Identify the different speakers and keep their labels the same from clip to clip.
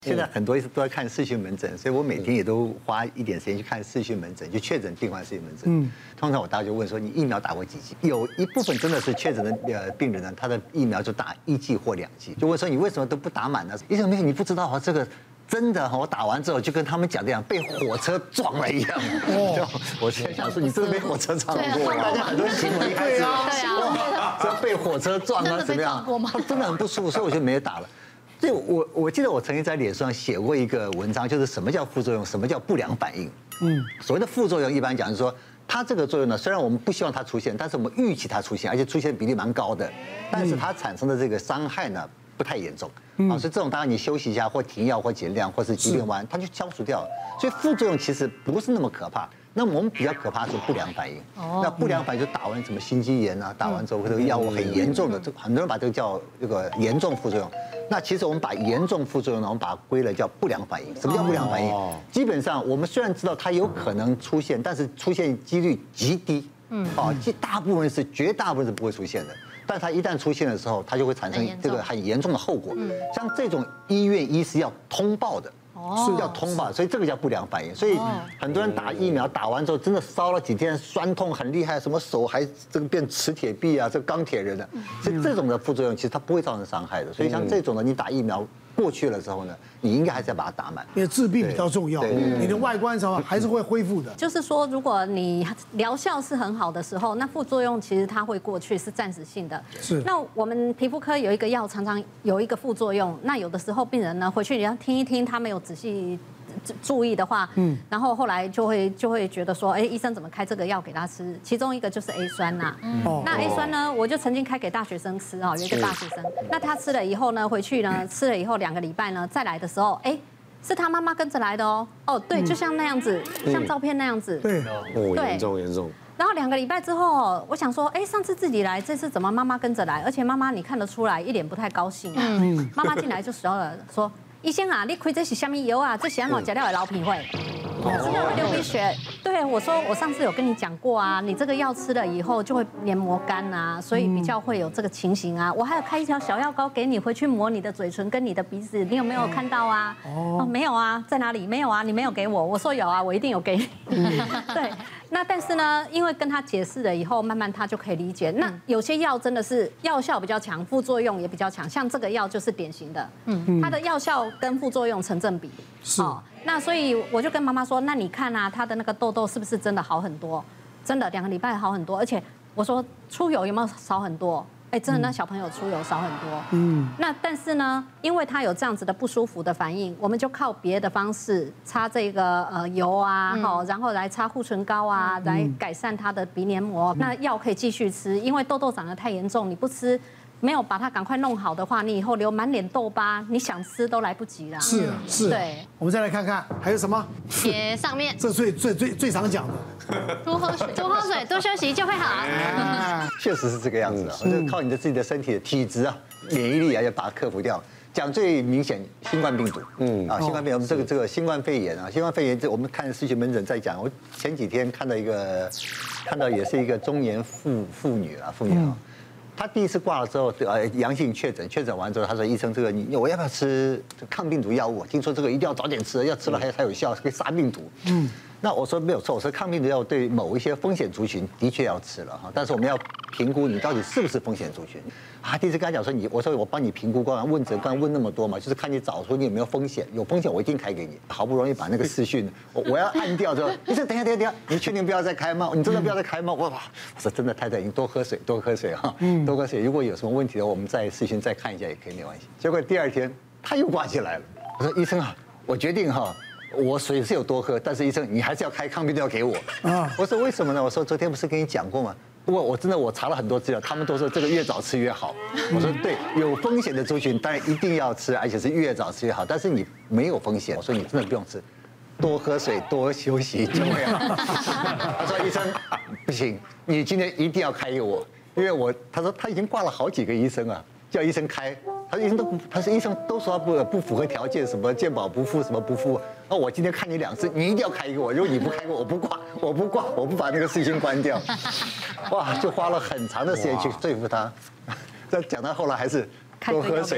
Speaker 1: 现在很多医生都在看视讯门诊，所以我每天也都花一点时间去看视讯门诊，就确诊病患视讯门诊。通常我大家就问说，你疫苗打过几剂？有一部分真的是确诊的病人呢，他的疫苗就打1剂或2剂，就问说你为什么都不打满呢？医生没有，你不知道啊，这个。真的，我打完之后就跟他们讲的一样，被火车撞了一样。就我在想说，你真的被火车撞过？大家很多新闻一开始，这被火车撞了怎么样？他真的很不舒服，所以我就没有打了。所以我记得我曾经在脸书上写过一个文章，就是什么叫副作用，什么叫不良反应。所谓的副作用，一般讲是说，它这个作用呢，虽然我们不希望它出现，但是我们预期它出现，而且出现比例蛮高的，但是它产生的这个伤害呢，不太严重。啊，所以这种当然你休息一下或停药或减量或是疾病完，它就消除掉了。所以副作用其实不是那么可怕。那我们比较可怕是不良反应。那不良反应就打完什么心肌炎啊，打完之后这个药物很严重的，这很多人把这个叫这个严重副作用。那其实我们把严重副作用呢，我们把它归了叫不良反应。什么叫不良反应？基本上我们虽然知道它有可能出现，但是出现几率极低。绝大部分是不会出现的。但它一旦出现的时候，它就会产生这个很严重的后果。像这种医院医师要通报的，是要通报，所以这个叫不良反应。所以很多人打疫苗打完之后，真的烧了几天，酸痛很厉害，什么手还这个变磁铁臂啊，这个钢铁人的。所以这种的副作用其实它不会造成伤害的。所以像这种的，你打疫苗过去了之后呢，你应该还是要把它打满，
Speaker 2: 因为治病比较重要，你的外观什么还是会恢复的。
Speaker 3: 就是说，如果你疗效是很好的时候，那副作用其实它会过去，是暂时性的。
Speaker 2: 是。
Speaker 3: 那我们皮肤科有一个药，常常有一个副作用。那有的时候病人呢回去你要听一听，他没有仔细注意的话，然后后来就会觉得说，哎，医生怎么开这个药给他吃？其中一个就是 A 酸呐。那 A 酸呢，我就曾经开给大学生吃啊，有一个大学生，那他吃了以后呢，回去呢吃了以后2个礼拜呢，再来的时候，哎，是他妈妈跟着来的哦。哦，对，就像那样子，像照片那样子。
Speaker 2: 对，
Speaker 4: 严重。
Speaker 3: 然后2个礼拜之后，我想说，哎，上次自己来，这次怎么妈妈跟着来？而且妈妈你看得出来一脸不太高兴。妈妈进来就说。医生啊，你开这是什么药啊？这是安怎吃了的老皮会？这个流鼻血。对，我说我上次有跟你讲过啊，你这个药吃了以后就会黏膜干啊，所以比较会有这个情形啊。我还有开一条小药膏给你回去抹你的嘴唇跟你的鼻子，你有没有看到啊？哦，没有啊，在哪里？没有啊，你没有给我。我说有啊，我一定有给你。对。那但是呢，因为跟他解释了以后，慢慢他就可以理解。那有些药真的是药效比较强，副作用也比较强，像这个药就是典型的，它的药效跟副作用成正比。
Speaker 2: 是。
Speaker 3: 那所以我就跟妈妈说，那你看啊，他的那个痘痘是不是真的好很多？真的2个礼拜好很多，而且我说出油有没有少很多？哎，真的，那小朋友出油少很多。那但是呢，因为他有这样子的不舒服的反应，我们就靠别的方式擦这个油啊，然后来擦护唇膏啊，来改善他的鼻黏膜。那药可以继续吃，因为痘痘长得太严重，你不吃。没有把它赶快弄好的话，你以后留满脸痘疤，你想吃都来不及了。
Speaker 2: 是。对，我们再来看看还有什么？
Speaker 5: 斜上面。
Speaker 2: 这最常讲的。
Speaker 5: 多喝水，多休息就会好。
Speaker 1: 确实是这个样子啊，就靠你自己的身体的体质啊、免疫力啊，要把它克服掉。讲最明显，新冠病毒。新冠病毒，我们这个新冠肺炎啊，新冠肺炎这我们看视讯门诊在讲。我前几天看到也是一个中年妇女啊。他第一次挂了之后，阳性确诊完之后，他说医生，这个我要不要吃抗病毒药物？听说这个一定要早点吃，要吃了才有效，可以杀病毒。那我说没有错，我说抗病毒药对某一些风险族群的确要吃了哈，但是我们要评估你到底是不是风险族群。第一次跟他讲说我说我帮你评估，刚刚问那么多嘛，就是看你找出你有没有风险，有风险我一定开给你。好不容易把那个视讯我要按掉之后，医生等一下，你确定不要再开吗？你真的不要再开吗？我说真的太太，你多喝水哈，多喝水。如果有什么问题的，我们在视讯再看一下也可以，没关系。结果第2天他又挂起来了，我说医生啊，我决定哈。我水是有多喝，但是医生你还是要开抗病毒药给我。我说为什么呢？我说昨天不是跟你讲过吗？不过我查了很多资料，他们都说这个越早吃越好。我说对，有风险的族群当然一定要吃，而且是越早吃越好。但是你没有风险，我说你真的不用吃，多喝水，多休息就会好。他说医生不行，你今天一定要开给我，因为他说他已经挂了好几个医生啊，叫医生开。他说医生都说不符合条件，什么健保不付，什么不付。那我今天看你2次，你一定要开给我。如果你不开给我，我不挂，我不把那个视讯关掉。哇，就花了很长的时间去说服他。再讲到后来还是多喝水，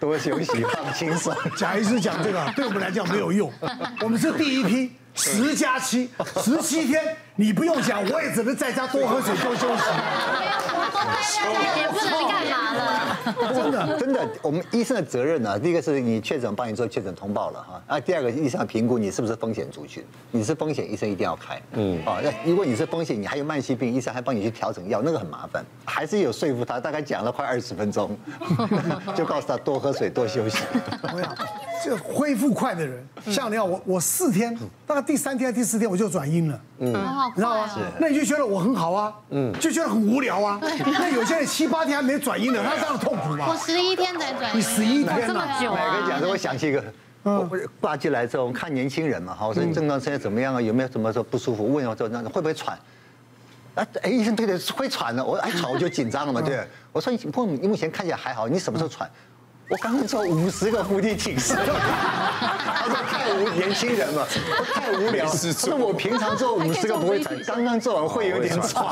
Speaker 1: 多休息，放轻松。
Speaker 2: 贾医师讲这个对我们来讲没有用，我们是第一批10+7，17天，你不用讲，我也只能在家多喝水、多休息。
Speaker 5: 也不能干嘛了。
Speaker 1: 真的，我们医生的责任呢，第一个是你确诊帮你做确诊通报了哈，啊，第二个医生要评估你是不是风险族群，你是风险，医生一定要开，那如果你是风险，你还有慢性病，医生还帮你去调整药，那个很麻烦，还是有说服他，大概讲了快20分钟，就告诉他多喝水、多休息。
Speaker 2: 我想，这恢复快的人，像你看我4天，大概第3天、第4天我就转阴了，
Speaker 5: 很好，
Speaker 2: 你知道吗？那你就觉得我很好啊，就觉得很无聊啊。那有些人7、8天还没转阴的，他当然痛苦
Speaker 5: 我
Speaker 2: 嘛。
Speaker 5: 11天才转。
Speaker 2: 你11天
Speaker 3: 这么久
Speaker 1: 我跟
Speaker 3: 啊
Speaker 1: 你！讲，我想起一个，我挂进来之后，我看年轻人嘛，哈，我说症状现在怎么样啊？有没有什么说不舒服？问我之后，那会不会喘？啊，哎，医生对的，会喘的。我喘我就紧张了嘛，对。我说你目前看起来还好，你什么时候喘？我刚刚做50个伏地挺身。他说年轻人嘛，太无聊。那我平常做50个不会喘，刚刚做完会有点喘。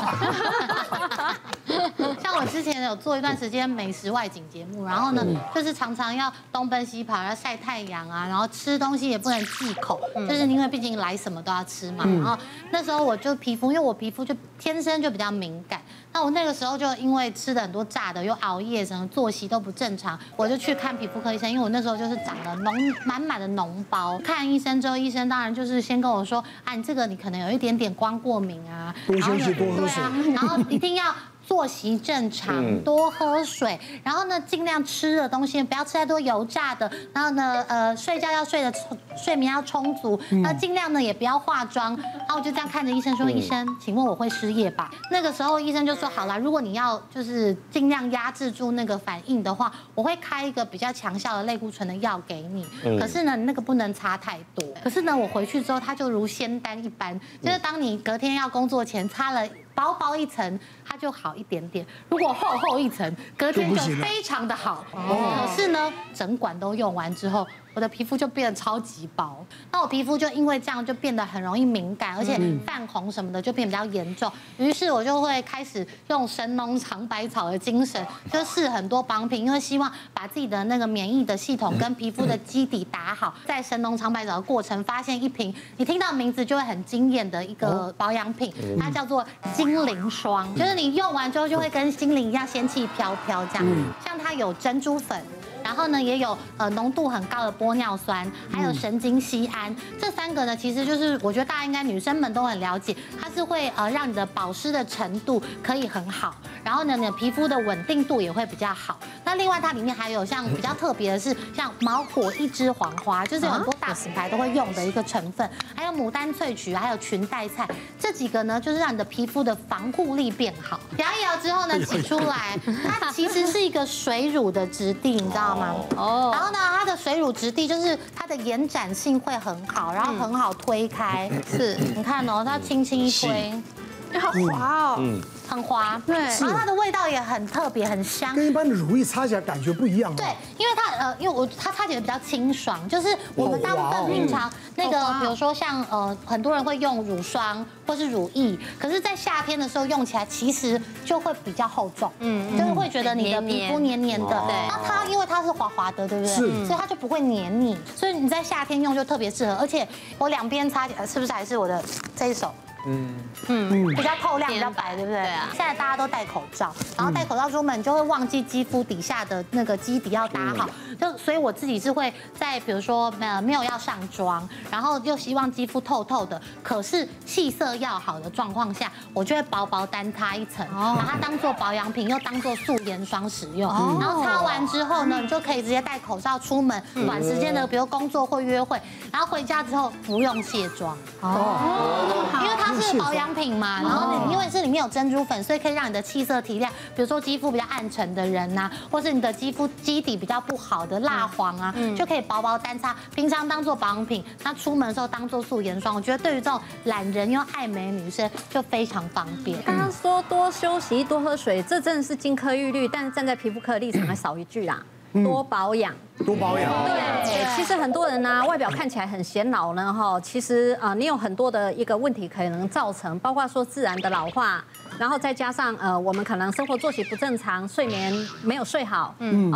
Speaker 5: 像我之前有做一段时间美食外景节目，然后呢，就是常常要东奔西跑，要晒太阳啊，然后吃东西也不能忌口，就是因为毕竟来什么都要吃嘛。然后那时候我就皮肤，因为我皮肤就天生就比较敏感，那我那个时候就因为吃的很多炸的，又熬夜，什么作息都不正常，我就去看皮肤科医生，因为我那时候就是长了满满的脓包。看医生之后，医生当然就是先跟我说，啊，你这个你可能有一点点光过敏啊，
Speaker 2: 多休息，多喝水，
Speaker 5: 然后一定要作息正常，多喝水，然后呢，尽量吃的东西不要吃太多油炸的，然后呢，睡觉要睡眠要充足，那尽量呢也不要化妆。然后我就这样看着医生说，医生，请问我会失业吧？那个时候医生就说，好啦，如果你要就是尽量压制住那个反应的话，我会开一个比较强效的类固醇的药给你，可是呢，那个不能擦太多。可是呢，我回去之后，它就如仙丹一般，就是当你隔天要工作前擦了薄薄一层，它就好一点点；如果厚厚一层，隔天就非常的好。可是呢，整管都用完之后，我的皮肤就变得超级薄。那我皮肤就因为这样就变得很容易敏感，而且泛红什么的就变比较严重。于是我就会开始用神农尝百草的精神，就试很多保养品，因为希望把自己的那个免疫的系统跟皮肤的基底打好。在神农尝百草的过程，发现一瓶你听到名字就会很惊艳的一个保养品，它叫做精灵霜，就是你用完之后就会跟精灵一样仙气飘飘这样。像它有珍珠粉。然后呢，也有浓度很高的玻尿酸，还有神经酰胺，这3个呢，其实就是我觉得大家应该女生们都很了解，它是会让你的保湿的程度可以很好，然后呢，你的皮肤的稳定度也会比较好。那另外它里面还有像比较特别的是，像毛果一枝黄花，就是有很多大品牌都会用的一个成分，还有牡丹萃取，还有裙带菜，这几个呢，就是让你的皮肤的防护力变好。摇一摇之后呢，挤出来，它其实是一个水乳的质地，你知道吗？哦。然后呢，它的水乳质地就是它的延展性会很好，然后很好推开。是，你看哦，它轻轻一推。
Speaker 4: 好滑哦，
Speaker 5: 很滑，
Speaker 4: 对，
Speaker 5: 然后它的味道也很特别，很香，
Speaker 2: 跟一般的乳液擦起来感觉不一样。
Speaker 5: 对，因为它擦起来比较清爽，就是我们大部分平常那个，比如说像很多人会用乳霜或是乳液，可是，在夏天的时候用起来其实就会比较厚重，就是会觉得你的皮肤黏黏的。那它因为它是滑滑的，对不对？所以它就不会黏你，所以你在夏天用就特别适合。而且我两边擦起来是不是还是我的这一手？比较透亮，比较白，对不对？对啊。现在大家都戴口罩，然后戴口罩出门，你就会忘记肌肤底下的那个基底要打好。所以我自己是会在比如说没有要上妆，然后又希望肌肤透透的，可是气色要好的状况下，我就会薄薄单擦一层，把它当做保养品，又当做素颜霜使用。然后擦完之后呢，你就可以直接戴口罩出门，短时间的比如工作或约会，然后回家之后不用卸妆。因为它是保养品嘛，然后因为是里面有珍珠粉，所以可以让你的气色提亮。比如说肌肤比较暗沉的人呐，或是你的肌肤基底比较不好的蜡黄啊，就可以薄薄单擦，平常当做保养品，那出门的时候当做素颜霜。我觉得对于这种懒人又爱美的女生就非常方便。
Speaker 3: 刚刚说多休息、多喝水，这真的是金科玉律，但是站在皮肤科的立场还少一句啦。多保养，
Speaker 2: 多保养。
Speaker 3: 对，其实很多人呢，外表看起来很显老呢，哈，其实你有很多的一个问题可能造成，包括说自然的老化，然后再加上我们可能生活作息不正常，睡眠没有睡好，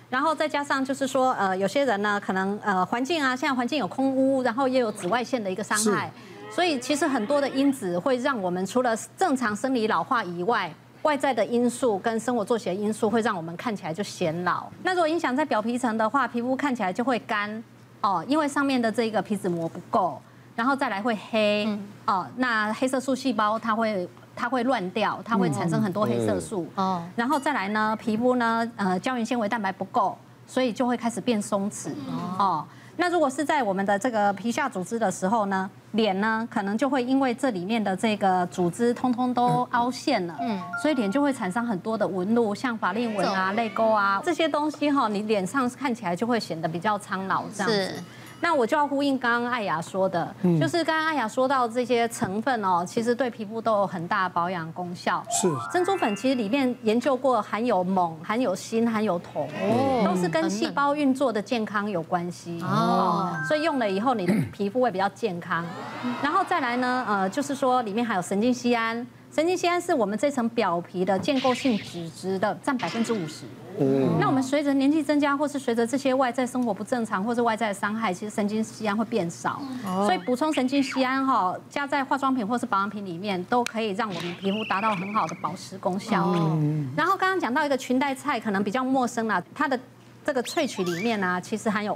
Speaker 3: 然后再加上就是说，有些人呢，可能环境啊，现在环境有空污，然后也有紫外线的一个伤害，所以其实很多的因子会让我们除了正常生理老化以外，外在的因素跟生活作息的因素会让我们看起来就显老。那如果影响在表皮层的话，皮肤看起来就会干哦，因为上面的这个皮脂膜不够，然后再来会黑哦，那黑色素细胞它会乱掉，它会产生很多黑色素。哦，然后再来呢，皮肤呢，胶原纤维蛋白不够，所以就会开始变松弛。哦，那如果是在我们的这个皮下组织的时候呢，脸呢可能就会因为这里面的这个组织通通都凹陷了，所以脸就会产生很多的纹路，像法令纹啊、泪沟啊这些东西哈，你脸上看起来就会显得比较苍老这样子。那我就要呼应刚刚艾雅说的，就是刚刚艾雅说到这些成分哦，其实对皮肤都有很大的保养功效。
Speaker 2: 是
Speaker 3: 珍珠粉其实里面研究过，含有锰、含有锌、含有铜，都是跟细胞运作的健康有关系哦。所以用了以后，你的皮肤会比较健康。然后再来呢，就是说里面还有神经酰胺。神经酰胺是我们这层表皮的建构性脂质的占50%。那我们随着年纪增加，或是随着这些外在生活不正常，或是外在的伤害，其实神经酰胺会变少。所以补充神经酰胺哈，加在化妆品或是保养品里面，都可以让我们皮肤达到很好的保湿功效。然后刚刚讲到一个裙带菜，可能比较陌生啦，它的这个萃取里面呢，其实含有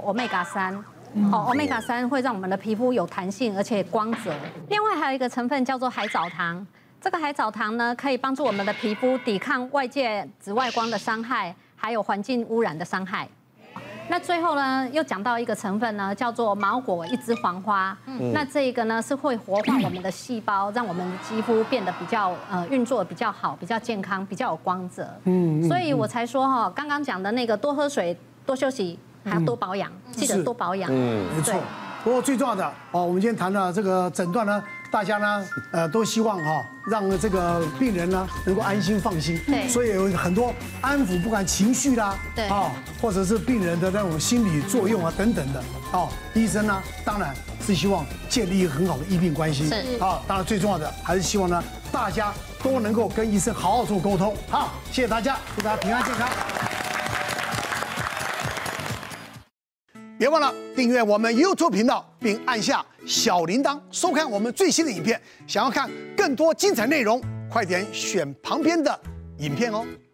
Speaker 3: Omega-3。Omega-3会让我们的皮肤有弹性，而且光泽。另外还有一个成分叫做海藻糖。这个海藻糖呢，可以帮助我们的皮肤抵抗外界紫外光的伤害，还有环境污染的伤害。那最后呢，又讲到一个成分呢，叫做毛果一枝黄花。那这个呢是会活化我们的细胞，让我们的肌肤变得比较运作比较好，比较健康，比较有光泽。所以我才说哈，刚刚讲的那个多喝水、多休息，还要多保养，记得多保养。
Speaker 2: 没错。不过最重要的哦，我们今天谈的这个诊断呢，大家呢都希望哈，让这个病人呢能够安心放心。
Speaker 3: 对，
Speaker 2: 所以有很多安抚，不管情绪啦，
Speaker 3: 对
Speaker 2: 啊，或者是病人的那种心理作用啊等等的，哦，医生呢当然是希望建立一个很好的医病关系。
Speaker 5: 是
Speaker 2: 啊，当然最重要的还是希望呢大家都能够跟医生好好做沟通。好，谢谢大家，祝大家平安健康。别忘了订阅我们 YouTube 频道，并按下小铃铛，收看我们最新的影片。想要看更多精彩内容，快点选旁边的影片哦。